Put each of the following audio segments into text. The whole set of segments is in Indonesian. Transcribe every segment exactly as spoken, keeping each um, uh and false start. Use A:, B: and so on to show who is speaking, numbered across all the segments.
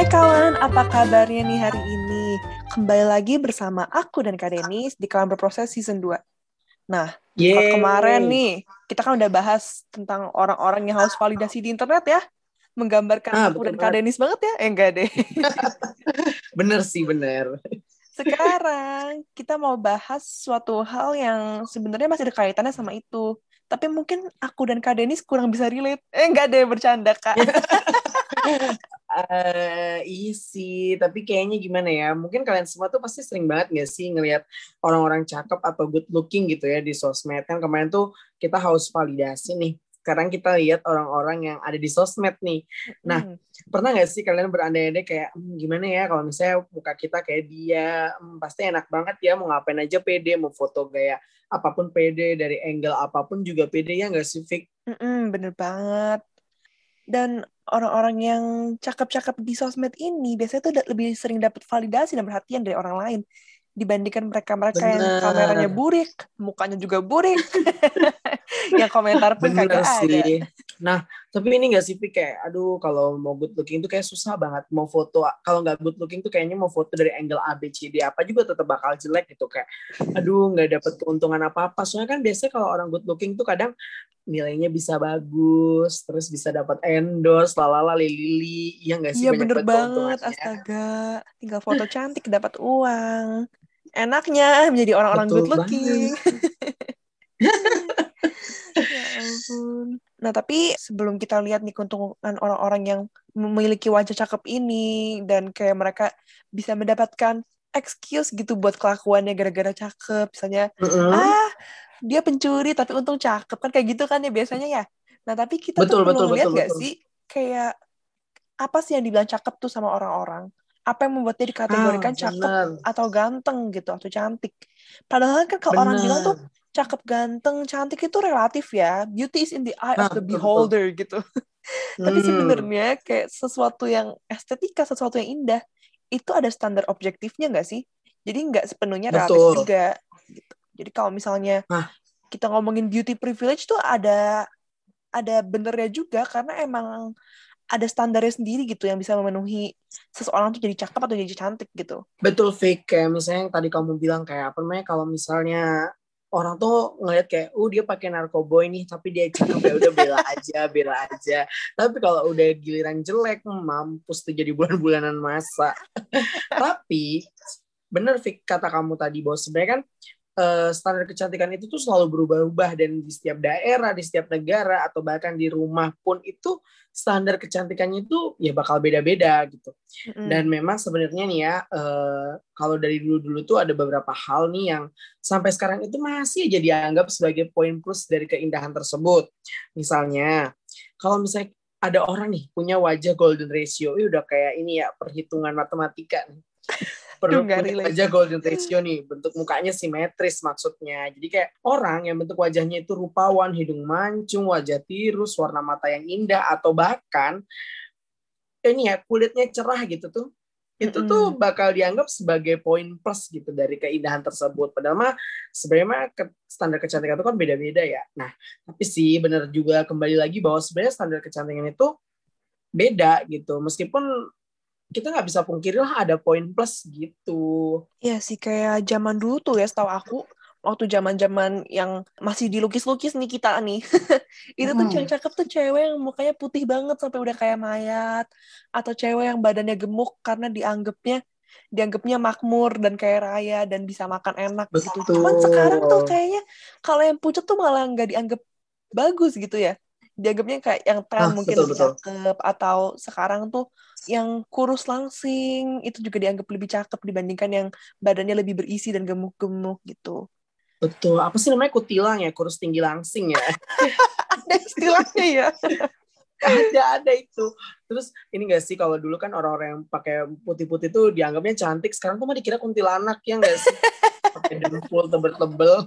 A: Hai kawan, apa kabarnya nih hari ini? Kembali lagi bersama aku dan Kak Denis di Kawan Berproses Season dua. Nah, kalau kemarin nih, kita kan udah bahas tentang orang-orang yang haus validasi di internet ya. Menggambarkan
B: Ah,
A: aku
B: betul
A: dan Kak
B: banget.
A: Denis banget ya? Eh, enggak deh.
B: Bener sih, bener.
A: Sekarang, kita mau bahas suatu hal yang sebenarnya masih ada kaitannya sama itu. Tapi mungkin aku dan Kak Denis kurang bisa relate. Eh, enggak deh, bercanda, Kak.
B: uh, iya sih, tapi kayaknya gimana ya, mungkin kalian semua tuh pasti sering banget gak sih ngelihat orang-orang cakep atau good looking gitu ya di sosmed. Kan kemarin tuh kita haus validasi nih. Sekarang kita lihat orang-orang yang ada di sosmed nih. Nah,
A: Hmm.
B: pernah gak sih kalian berandai-andai kayak, hm, gimana ya kalau misalnya muka kita kayak dia, hmm, pasti enak banget ya, mau ngapain aja pede, mau foto gaya apapun pede, dari angle apapun juga pede, ya gak sih, Fik?
A: Mm-mm, bener banget. Dan orang-orang yang cakep-cakep di sosmed ini biasanya tuh da- lebih sering dapat validasi dan perhatian dari orang lain dibandingkan mereka-mereka yang kameranya
B: Bener.
A: burik, mukanya juga burik, yang komentar pun
B: Bener
A: kagak ada.
B: sih. Nah, tapi ini gak sih, Pi, kayak, aduh, kalau mau good looking tuh kayak susah banget. Mau foto, kalau nggak good looking tuh kayaknya mau foto dari angle A, B, C, D, apa juga tetap bakal jelek gitu. Kayak, aduh, nggak dapet keuntungan apa-apa. Soalnya kan biasanya kalau orang good looking tuh kadang nilainya bisa bagus, terus bisa dapat endorse, lalala, lili, iya nggak sih,
A: Iya
B: banyak
A: bener
B: banget
A: banget,
B: keuntungannya.
A: astaga. Tinggal foto cantik dapat uang. Enaknya menjadi orang-orang good
B: Betul
A: looking.
B: banget.
A: Ya ampun. Nah, tapi sebelum kita lihat nih keuntungan orang-orang yang memiliki wajah cakep ini dan kayak mereka bisa mendapatkan excuse gitu buat kelakuannya gara-gara cakep. Misalnya,
B: Mm-mm.
A: ah, dia pencuri tapi untung cakep. Kan kayak gitu kan ya biasanya ya. Nah, tapi kita tuh
B: Betul,
A: perlu
B: betul,
A: ngeliat
B: betul,
A: gak
B: betul.
A: sih kayak apa sih yang dibilang cakep tuh sama orang-orang? Apa yang membuat dia
B: Ah,
A: dikategorikan cakep
B: bener,
A: atau ganteng gitu atau cantik? Padahal kan kalau orang bilang tuh
B: bener.
A: cakep, ganteng, cantik itu relatif ya. Beauty is in the eye of
B: Nah,
A: the
B: betul, betul.
A: beholder gitu. Tapi
B: Hmm,
A: sebenarnya kayak sesuatu yang estetika, sesuatu yang indah itu ada standar objektifnya nggak sih? Jadi nggak sepenuhnya relatif
B: betul.
A: juga. Gitu. Jadi kalau misalnya
B: Nah,
A: kita ngomongin beauty privilege tuh ada ada benernya juga karena emang ada standarnya sendiri gitu yang bisa memenuhi seseorang tuh jadi cakep atau jadi cantik gitu.
B: betul, fake. Kayak misalnya yang tadi kamu bilang kayak apa namanya, kalau misalnya orang tuh ngelihat kayak, uh dia pakai narkoboy nih, tapi dia cakep, ya udah bela aja, bela aja. Tapi kalau udah giliran jelek, hmm, mampus tuh jadi bulan-bulanan masa. Tapi bener, Fik, kata kamu tadi bahwa sebenarnya kan eh, standar kecantikan itu tuh selalu berubah-ubah, dan di setiap daerah, di setiap negara, atau bahkan di rumah pun itu standar kecantikannya itu ya bakal beda-beda gitu. Dan
A: Mm-mm.
B: memang sebenarnya nih ya, eh, kalau dari dulu-dulu tuh ada beberapa hal nih yang sampai sekarang itu masih aja dianggap sebagai poin plus dari keindahan tersebut. Misalnya, kalau misalnya ada orang nih punya wajah golden ratio, ini udah kayak ini ya, perhitungan matematika nih.
A: Duh,
B: Perlu
A: nggak
B: punya
A: relate.
B: wajah golden ratio nih, bentuk mukanya simetris maksudnya. Jadi kayak orang yang bentuk wajahnya itu rupawan, hidung mancung, wajah tirus, warna mata yang indah, atau bahkan ini ya kulitnya cerah gitu tuh, itu tuh
A: Mm-mm.
B: bakal dianggap sebagai poin plus gitu dari keindahan tersebut. Padahal mah sebenarnya mah ke, standar kecantikan itu kan beda-beda ya. Nah, tapi sih benar juga kembali lagi bahwa sebenarnya standar kecantikan itu beda gitu. Meskipun kita nggak bisa pungkiri lah ada poin plus gitu.
A: Iya sih, kayak zaman dulu tuh ya, setahu aku, waktu zaman-zaman yang masih dilukis-lukis nih kita nih, itu tuh yang
B: Hmm,
A: cakep tuh cewek yang mukanya putih banget sampai udah kayak mayat, atau cewek yang badannya gemuk karena dianggapnya dianggapnya makmur dan kaya raya dan bisa makan enak gitu. Cuman sekarang tuh
B: betul.
A: kayaknya kalau yang pucet tuh malah nggak dianggap bagus gitu ya. Dianggapnya kayak yang tren
B: Nah,
A: mungkin
B: betul
A: lebih
B: betul.
A: cakep, atau sekarang tuh yang kurus langsing itu juga dianggap lebih cakep dibandingkan yang badannya lebih berisi dan gemuk-gemuk gitu.
B: Betul. Apa sih namanya, kutilang ya, kurus tinggi langsing ya.
A: Ada istilahnya ya.
B: ada ada itu. Terus ini gak sih, kalau dulu kan orang-orang yang pakai putih-putih tuh dianggapnya cantik, sekarang tuh mah dikira kuntilanak, ya gak sih, pakai dengkul tebel-tebel.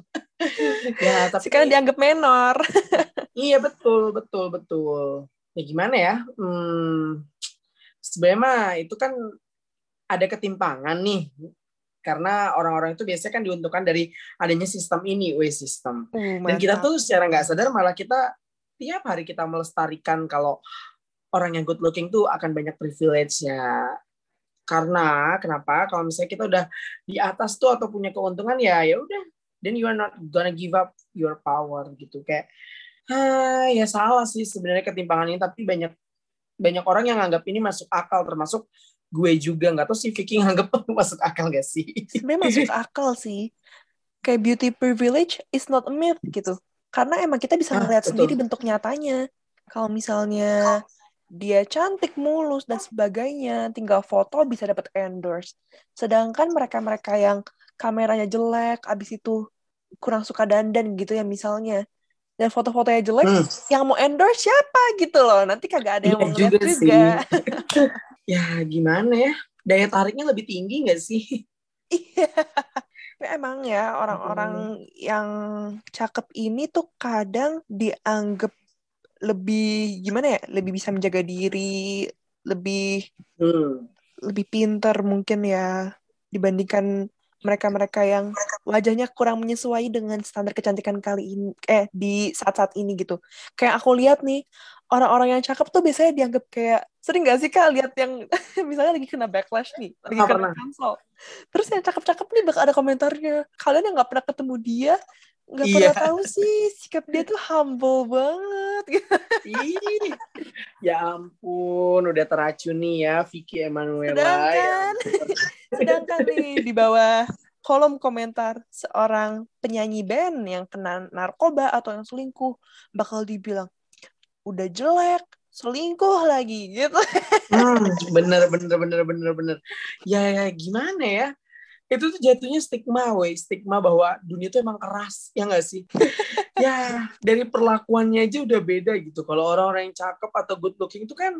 B: Ya
A: Sekarang
B: tapi
A: dianggap menor.
B: iya, betul betul betul. Ya gimana ya, hmm, sebenarnya mah itu kan ada ketimpangan nih, karena orang-orang itu biasanya kan diuntungkan dari adanya sistem ini, W system.
A: Uh,
B: Dan kita
A: mantap.
B: tuh secara nggak sadar malah kita tiap hari kita melestarikan kalau orang yang good looking tuh akan banyak privilege-nya. Karena kenapa? Kalau misalnya kita udah di atas tuh atau punya keuntungan ya ya udah, then you are not gonna give up your power gitu. Kayak ah, ya salah sih sebenarnya ketimpangan ini, tapi banyak banyak orang yang anggap ini masuk akal, termasuk gue juga. Nggak tahu sih Vicky nganggap masuk akal gak sih?
A: Sebenarnya masuk akal sih. Kayak beauty privilege is not a myth gitu. Karena emang kita bisa ngeliat ah, sendiri bentuk nyatanya. Kalau misalnya dia cantik, mulus, dan sebagainya, tinggal foto bisa dapat endorse. Sedangkan mereka-mereka yang kameranya jelek, abis itu kurang suka dandan gitu ya misalnya, dan foto-fotonya jelek, hmm. yang mau endorse siapa gitu loh. Nanti kagak ada yang ya, mau ngeliat juga. juga.
B: Ya gimana ya, daya tariknya lebih tinggi gak sih?
A: Iya. Emang ya orang-orang hmm. yang cakep ini tuh kadang dianggap lebih gimana ya, lebih bisa menjaga diri, lebih hmm. lebih pintar mungkin ya dibandingkan mereka-mereka yang wajahnya kurang menyesuai dengan standar kecantikan kali ini eh di saat-saat ini gitu. Kayak aku lihat nih, orang-orang yang cakep tuh biasanya dianggap kayak, sering gak sih Kak lihat yang misalnya lagi kena backlash nih, lagi
B: oh,
A: kena cancel. Terus yang cakep-cakep nih bakal ada komentarnya, kalian yang gak pernah ketemu dia nggak iya. pernah tahu sih sikap dia tuh humble banget.
B: Ih, ya ampun, udah teracuni ya Vicky Emanuela.
A: Sedangkan,
B: ya
A: sedangkan nih di bawah kolom komentar seorang penyanyi band yang kena narkoba atau yang selingkuh bakal dibilang udah jelek, selingkuh lagi gitu.
B: Hmm, bener bener bener bener bener. Ya, ya gimana ya? Itu tuh jatuhnya stigma, woi, stigma bahwa dunia tuh emang keras, ya nggak sih? Ya, dari perlakuannya aja udah beda gitu. Kalau orang-orang yang cakep atau good looking itu kan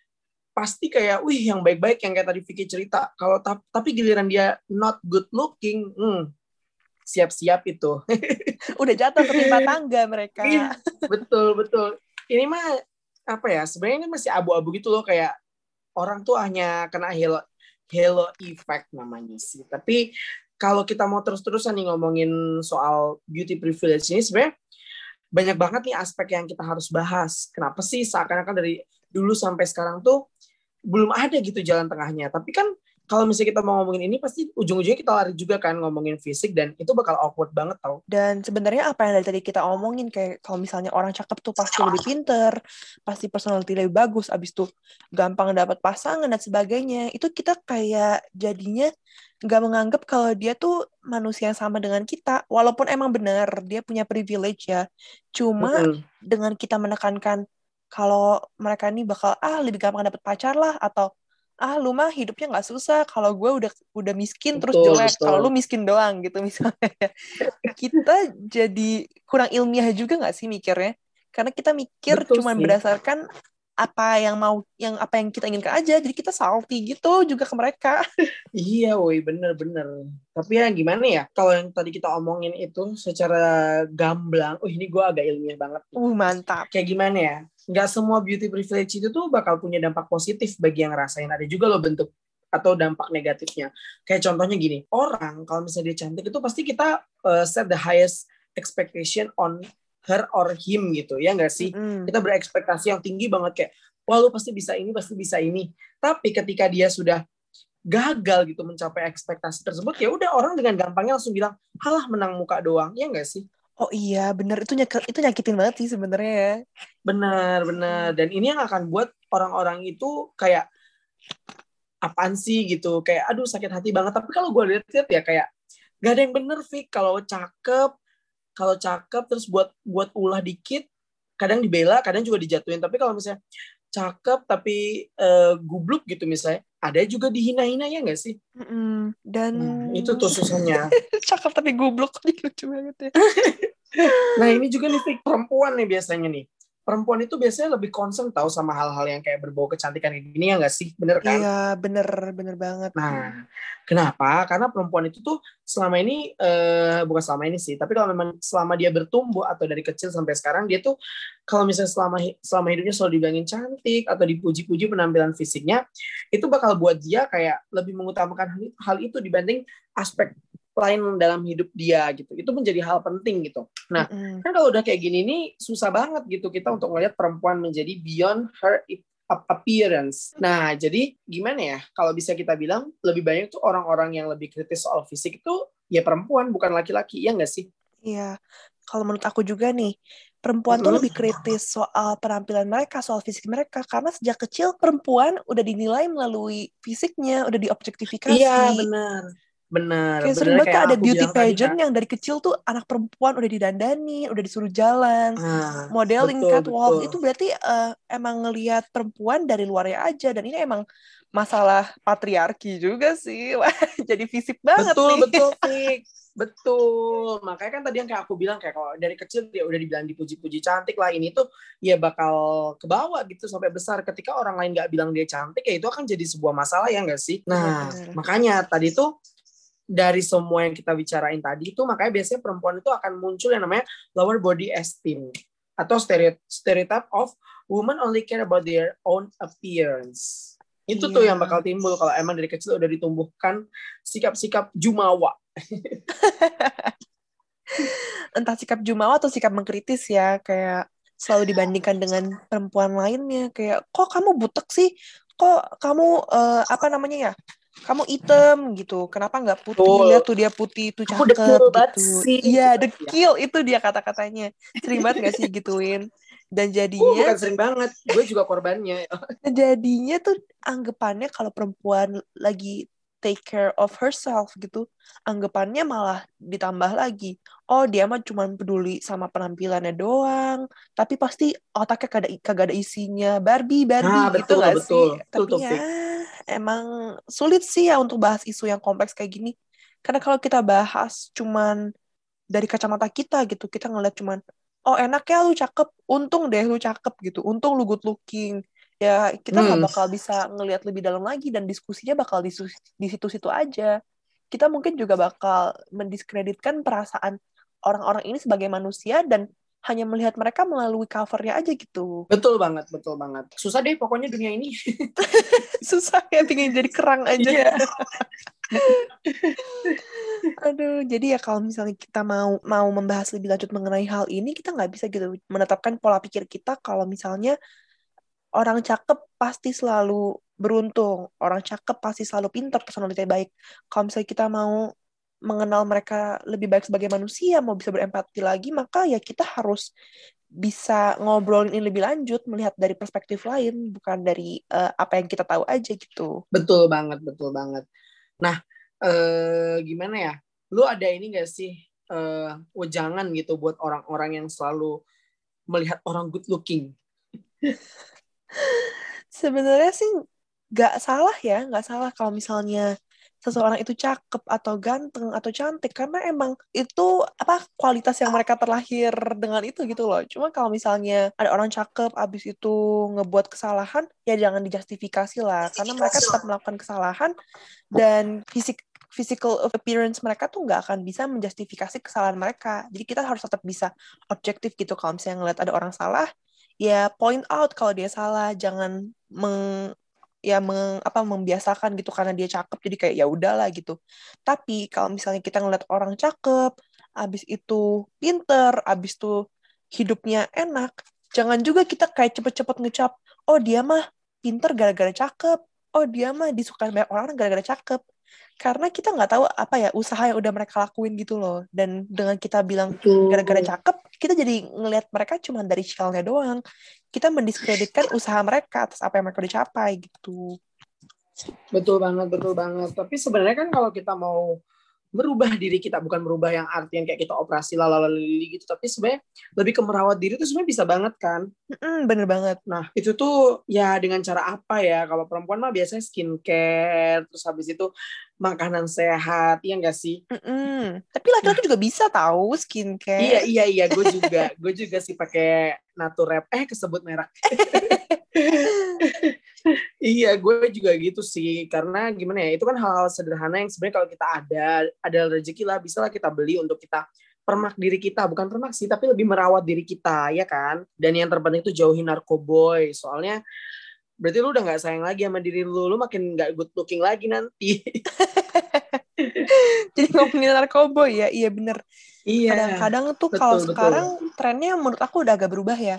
B: pasti kayak, wih, yang baik-baik yang kayak tadi Vicky cerita. Kalau ta- tapi giliran dia not good looking, hmm, siap-siap itu.
A: Udah jatuh ketimpa tangga mereka.
B: Iya, betul betul. Ini mah apa ya? Sebenarnya ini masih abu-abu gitu loh, kayak orang tuh hanya kena halo halo effect namanya sih. Tapi kalau kita mau terus-terusan nih ngomongin soal beauty privilege ini, sebenarnya banyak banget nih aspek yang kita harus bahas. Kenapa sih seakan-akan dari dulu sampai sekarang tuh belum ada gitu jalan tengahnya. Tapi kan kalau misalnya kita mau ngomongin ini, pasti ujung-ujungnya kita lari juga kan ngomongin fisik, dan itu bakal awkward banget tau.
A: Dan sebenarnya apa yang dari tadi kita omongin, kayak kalau misalnya orang cakep tuh pasti lebih pinter, pasti personality lebih bagus, abis tuh gampang dapat pasangan dan sebagainya, itu kita kayak jadinya nggak menganggap kalau dia tuh manusia yang sama dengan kita, walaupun emang benar dia punya privilege ya. Cuma mm-hmm. dengan kita menekankan kalau mereka ini bakal ah lebih gampang dapat pacar lah, atau ah lu mah hidupnya nggak susah, kalau gue udah udah miskin betul, terus jelek, kalau lu miskin doang gitu misalnya. Kita jadi kurang ilmiah juga nggak sih mikirnya, karena kita mikir betul cuma sih. Berdasarkan apa yang mau, yang apa yang kita inginkan aja, jadi kita salty gitu juga ke mereka.
B: Iya woi, bener-bener. Tapi ya gimana ya, kalau yang tadi kita omongin itu secara gamblang, oh ini gue agak ilmiah banget.
A: Uh mantap.
B: Kayak gimana ya, nggak semua beauty privilege itu tuh bakal punya dampak positif bagi yang ngerasain. Ada juga loh bentuk atau dampak negatifnya. Kayak contohnya gini, orang kalau misalnya dia cantik itu pasti kita uh, set the highest expectation on her or him gitu, ya nggak sih? Mm-hmm. Kita berekspektasi yang tinggi banget kayak, wah lu pasti bisa ini, pasti bisa ini. Tapi ketika dia sudah gagal gitu mencapai ekspektasi tersebut, ya udah orang dengan gampangnya langsung bilang, halah menang muka doang, ya nggak sih?
A: Oh iya, bener, itu nyak- itu nyakitin banget sih sebenarnya ya.
B: Benar, benar. Dan ini yang akan buat orang-orang itu kayak apaan sih gitu, kayak aduh sakit hati banget. Tapi kalau gue lihat-lihat ya kayak gak ada yang bener, Fik. Kalau cakep, kalau cakep terus buat buat ulah dikit, kadang dibela, kadang juga dijatuhin. Tapi kalau misalnya cakep tapi uh, gubluk gitu misalnya, ada juga dihina-hina, ya nggak sih?
A: Mm-mm. Dan
B: nah, itu tuh susahnya.
A: Cakep tapi gubluk, lucu banget ya.
B: Nah ini juga nih Fik, perempuan nih biasanya nih. Perempuan itu biasanya lebih concern tahu sama hal-hal yang kayak berbau kecantikan kayak gini, ya nggak sih? Bener kan?
A: Iya, bener, bener banget.
B: Nah, kenapa? Karena perempuan itu tuh selama ini, eh, bukan selama ini sih, tapi kalau memang selama dia bertumbuh atau dari kecil sampai sekarang, dia tuh kalau misalnya selama, selama hidupnya selalu dibilangin cantik atau dipuji-puji penampilan fisiknya, itu bakal buat dia kayak lebih mengutamakan hal, hal itu dibanding aspek lain dalam hidup dia gitu. Itu menjadi hal penting gitu. Nah, mm-hmm. kan kalau udah kayak gini nih susah banget gitu kita untuk ngelihat perempuan menjadi beyond her appearance. Nah, jadi gimana ya? Kalau bisa kita bilang lebih banyak tuh orang-orang yang lebih kritis soal fisik itu ya perempuan, bukan laki-laki, ya nggak sih?
A: Iya. Kalau menurut aku juga nih, perempuan tuh
B: Mm-hmm.
A: lebih kritis soal penampilan mereka, soal fisik mereka, karena sejak kecil perempuan udah dinilai melalui fisiknya, udah diobjektifikasi.
B: Iya, benar. Benar,
A: Kayak sering
B: benar
A: banget
B: kayak
A: kan ada
B: aku
A: beauty
B: bilang tadi
A: pageant
B: kan.
A: yang dari kecil tuh anak perempuan udah didandani, udah disuruh jalan,
B: Ah,
A: modeling,
B: betul,
A: catwalk,
B: betul.
A: itu berarti uh, emang ngelihat perempuan dari luarnya aja, dan ini emang masalah patriarki juga sih. Wah, jadi fisik banget
B: Betul,
A: nih.
B: betul, Fik. Betul. Makanya kan tadi yang kayak aku bilang, kayak kalau dari kecil dia udah dibilang dipuji-puji cantik lah, ini tuh ya bakal ke bawah gitu sampai besar. Ketika orang lain nggak bilang dia cantik, ya itu akan jadi sebuah masalah, ya nggak sih? Nah,
A: Bener-bener.
B: makanya tadi tuh dari semua yang kita bicarain tadi itu, makanya biasanya perempuan itu akan muncul yang namanya lower body esteem atau stereotype of women only care about their own appearance. Itu
A: Iya.
B: tuh yang bakal timbul kalau emang dari kecil udah ditumbuhkan sikap-sikap jumawa.
A: Entah sikap jumawa atau sikap mengkritis ya, kayak selalu dibandingkan dengan perempuan lainnya, kayak kok kamu butek sih, kok kamu uh, apa namanya ya, kamu item gitu, kenapa nggak putih, lihat tuh dia putih, tuh
B: Aku dekil
A: cakep
B: banget
A: gitu.
B: sih.
A: Iya,
B: Gitu,
A: dekil itu dia kata-katanya, sering banget nggak sih gituin. Dan
B: Uh,
A: jadinya
B: bukan sering banget, gue juga korbannya.
A: jadinya tuh anggapannya kalau perempuan lagi take care of herself gitu, anggapannya malah ditambah lagi. Oh, dia mah cuma peduli sama penampilannya doang, tapi pasti otaknya kagak ada, kagak ada isinya. Barbie, Barbie
B: Nah,
A: gitu
B: betul,
A: nggak
B: betul.
A: sih?
B: Betul
A: Tapi
B: tuh,
A: ya
B: Fik.
A: emang sulit sih ya untuk bahas isu yang kompleks kayak gini. Karena kalau kita bahas cuman dari kacamata kita gitu, kita ngeliat cuman, oh enak ya lu cakep, untung deh lu cakep gitu, untung lu good looking. Ya kita nggak
B: Hmm.
A: bakal bisa ngelihat lebih dalam lagi, dan diskusinya bakal di, di situ-situ aja. Kita mungkin juga bakal mendiskreditkan perasaan orang-orang ini sebagai manusia dan hanya melihat mereka melalui covernya aja gitu.
B: Betul banget, betul banget. Susah deh pokoknya dunia ini.
A: Susah ya, pengen jadi kerang aja.
B: Iya.
A: Aduh, jadi ya kalau misalnya kita mau mau membahas lebih lanjut mengenai hal ini, kita nggak bisa gitu menetapkan pola pikir kita kalau misalnya orang cakep pasti selalu beruntung, orang cakep pasti selalu pintar, personality baik. Kalau misalnya kita mau mengenal mereka lebih baik sebagai manusia, mau bisa berempati lagi, maka ya kita harus bisa ngobrolin ini lebih lanjut, melihat dari perspektif lain, bukan dari uh, apa yang kita tahu aja gitu.
B: Betul banget, betul banget. Nah, eh, gimana ya? Lu ada ini gak sih eh, wejangan gitu buat orang-orang yang selalu melihat orang good looking?
A: Sebenarnya sih nggak salah ya, nggak salah kalau misalnya seseorang itu cakep atau ganteng atau cantik, karena emang itu apa kualitas yang mereka terlahir dengan itu gitu loh. Cuma kalau misalnya ada orang cakep abis itu ngebuat kesalahan, ya jangan dijustifikasi lah, karena mereka tetap melakukan kesalahan dan fisik physical appearance mereka tuh nggak akan bisa menjustifikasi kesalahan mereka. Jadi kita harus tetap bisa objektif gitu. Kalau misalnya ngeliat ada orang salah, ya point out kalau dia salah, jangan meng ya meng, apa membiasakan gitu karena dia cakep jadi kayak ya udahlah gitu. Tapi kalau misalnya kita ngeliat orang cakep, abis itu pinter, abis itu hidupnya enak, jangan juga kita kayak cepet-cepet ngecap, oh dia mah pinter gara-gara cakep, oh dia mah disukai banyak orang gara-gara cakep. Karena kita nggak tahu apa ya usaha yang udah mereka lakuin gitu loh. Dan dengan kita bilang gara-gara cakep, kita jadi ngelihat mereka cuma dari shell-nya doang. Kita mendiskreditkan usaha mereka atas apa yang mereka udah capai gitu.
B: Betul banget, betul banget. Tapi sebenarnya kan kalau kita mau merubah diri kita, bukan merubah yang artian kayak kita operasi lalalali gitu, tapi sebenarnya lebih ke merawat diri itu sebenarnya bisa banget kan.
A: Mm-mm, bener banget.
B: Nah itu tuh ya dengan cara apa ya, kalau perempuan mah biasanya skincare, terus habis itu makanan sehat, iya nggak sih?
A: Mm-mm. Tapi laki-laki nah, juga bisa tahu skincare.
B: Iya iya iya, gue juga gue juga sih pakai Naturep, eh kesebut merek. Iya, gue juga gitu sih. Karena gimana ya, itu kan hal-hal sederhana yang sebenarnya kalau kita ada, ada rezeki lah, bisa lah kita beli untuk kita permak diri kita. Bukan permak sih, tapi lebih merawat diri kita, ya kan? Dan yang terpenting itu jauhi narkoboy. Soalnya, berarti lu udah gak sayang lagi sama diri lu. Lu makin gak good looking lagi nanti.
A: Jadi ngomongin narkoboy ya, iya bener.
B: Iya.
A: Kadang-kadang tuh kalau sekarang trennya menurut aku udah agak berubah ya.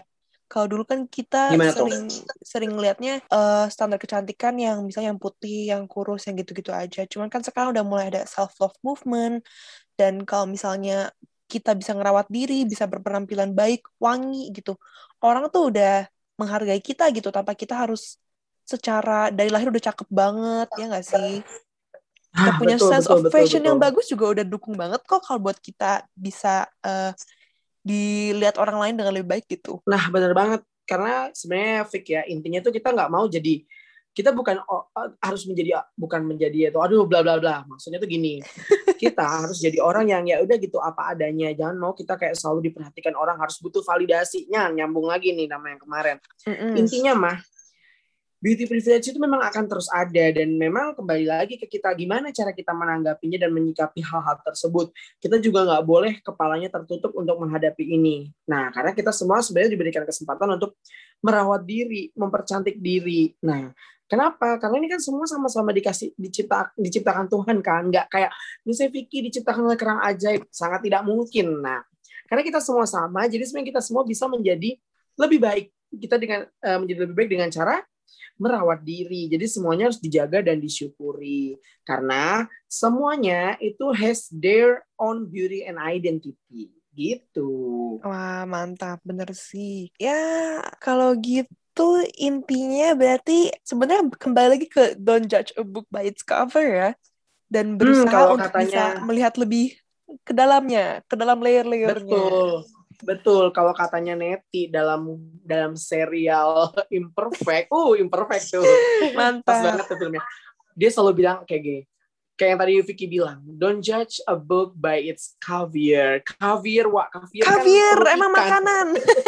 A: Kalau dulu kan kita
B: Gimana
A: sering
B: tuh?
A: sering liatnya uh, standar kecantikan yang misalnya yang putih, yang kurus, yang gitu-gitu aja. Cuman kan sekarang udah mulai ada self love movement, dan kalau misalnya kita bisa ngerawat diri, bisa berpenampilan baik, wangi gitu, orang tuh udah menghargai kita gitu tanpa kita harus secara dari lahir udah cakep banget, ya nggak sih? Kita
B: Ah,
A: punya
B: betul,
A: sense
B: betul,
A: of
B: betul,
A: fashion
B: betul.
A: yang bagus juga udah dukung banget kok kalau buat kita bisa uh, dilihat orang lain dengan lebih baik gitu.
B: Nah, benar banget. Karena sebenarnya Fik ya, intinya tuh kita nggak mau jadi, kita bukan oh, harus menjadi, bukan menjadi itu, aduh bla bla bla. Maksudnya tuh gini, kita harus jadi orang yang ya udah gitu apa adanya. Jangan mau kita kayak selalu diperhatikan orang, harus butuh validasinya. Nyambung lagi nih nama yang kemarin. Mm-mm. Intinya mah, beauty privilege itu memang akan terus ada, dan memang kembali lagi ke kita gimana cara kita menanggapinya dan menyikapi hal-hal tersebut. Kita juga nggak boleh kepalanya tertutup untuk menghadapi ini. Nah, karena kita semua sebenarnya diberikan kesempatan untuk merawat diri, mempercantik diri. Nah, kenapa? Karena ini kan semua sama-sama dikasih dicipta, diciptakan Tuhan kan, nggak kayak misalnya Vicky diciptakan oleh kerang ajaib, sangat tidak mungkin. Nah, karena kita semua sama, jadi sebenarnya kita semua bisa menjadi lebih baik. Kita dengan uh, menjadi lebih baik dengan cara merawat diri. Jadi semuanya harus dijaga dan disyukuri. Karena semuanya itu has their own beauty and identity. Gitu.
A: Wah, mantap. Bener sih. Ya, kalau gitu intinya berarti sebenarnya kembali lagi ke don't judge a book by its cover ya. Dan berusaha
B: hmm,
A: untuk
B: katanya,
A: bisa melihat lebih ke dalamnya, ke dalam layer-layernya.
B: Betul. Betul, kalau katanya Neti dalam dalam serial Imperfect, uh Imperfect tuh,
A: mantap.
B: Pas banget tuh filmnya. Dia selalu bilang kayak gini, kayak yang tadi Vicky bilang, don't judge a book by its caviar. Caviar, wah caviar,
A: caviar
B: kan
A: emang makanan.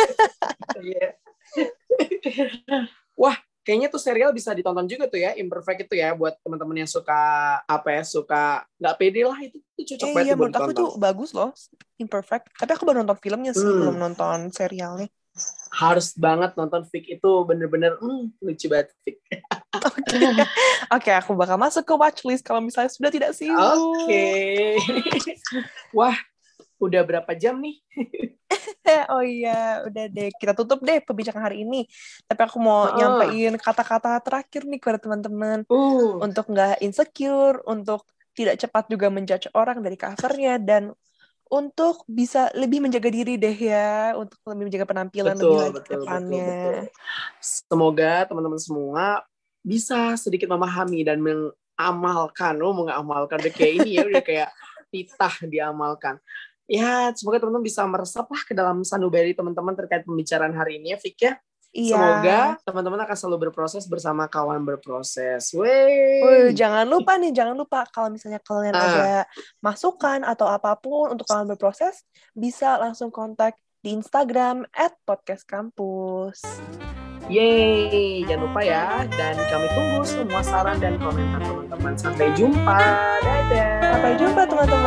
B: Wah, kayaknya tuh serial bisa ditonton juga tuh ya, Imperfect itu ya, buat teman-teman yang suka apa ya, suka nggak pede lah, itu tuh cocok
A: eh,
B: banget
A: iya,
B: buat
A: menurut aku
B: ditonton.
A: tuh bagus loh, Imperfect. Tapi aku baru nonton filmnya sih, hmm. belum nonton serialnya.
B: Harus banget nonton Vic, itu bener-bener hmm, lucu banget Vic.
A: Oke, okay. okay, aku bakal masuk ke watchlist kalau misalnya sudah tidak sibuk.
B: Oke. Okay. Wah, udah berapa jam nih?
A: Oh iya, udah deh. Kita tutup deh perbincangan hari ini. Tapi aku mau uh. nyampein kata-kata terakhir nih kepada teman-teman.
B: Uh.
A: Untuk nggak insecure, untuk tidak cepat juga menjudge orang dari covernya, dan untuk bisa lebih menjaga diri deh ya, untuk lebih menjaga penampilan
B: betul,
A: lebih lagi
B: betul,
A: ke depannya.
B: Betul, betul. Semoga teman-teman semua bisa sedikit memahami dan mengamalkan. Oh, mengamalkan udah kayak ini ya, udah kayak titah diamalkan. Ya, semoga teman-teman bisa meresap lah ke dalam sanubari teman-teman terkait pembicaraan hari ini ya, Vic ya. Iya. Semoga teman-teman akan selalu berproses bersama kawan berproses.
A: Wey. Jangan lupa nih, jangan lupa kalau misalnya kalian ah. ada masukan atau apapun untuk kawan berproses, bisa langsung kontak di Instagram at podcast kampus.
B: Yeay, jangan lupa ya. Dan kami tunggu semua saran dan komentar teman-teman. Sampai jumpa. Dadah.
A: Sampai jumpa teman-teman.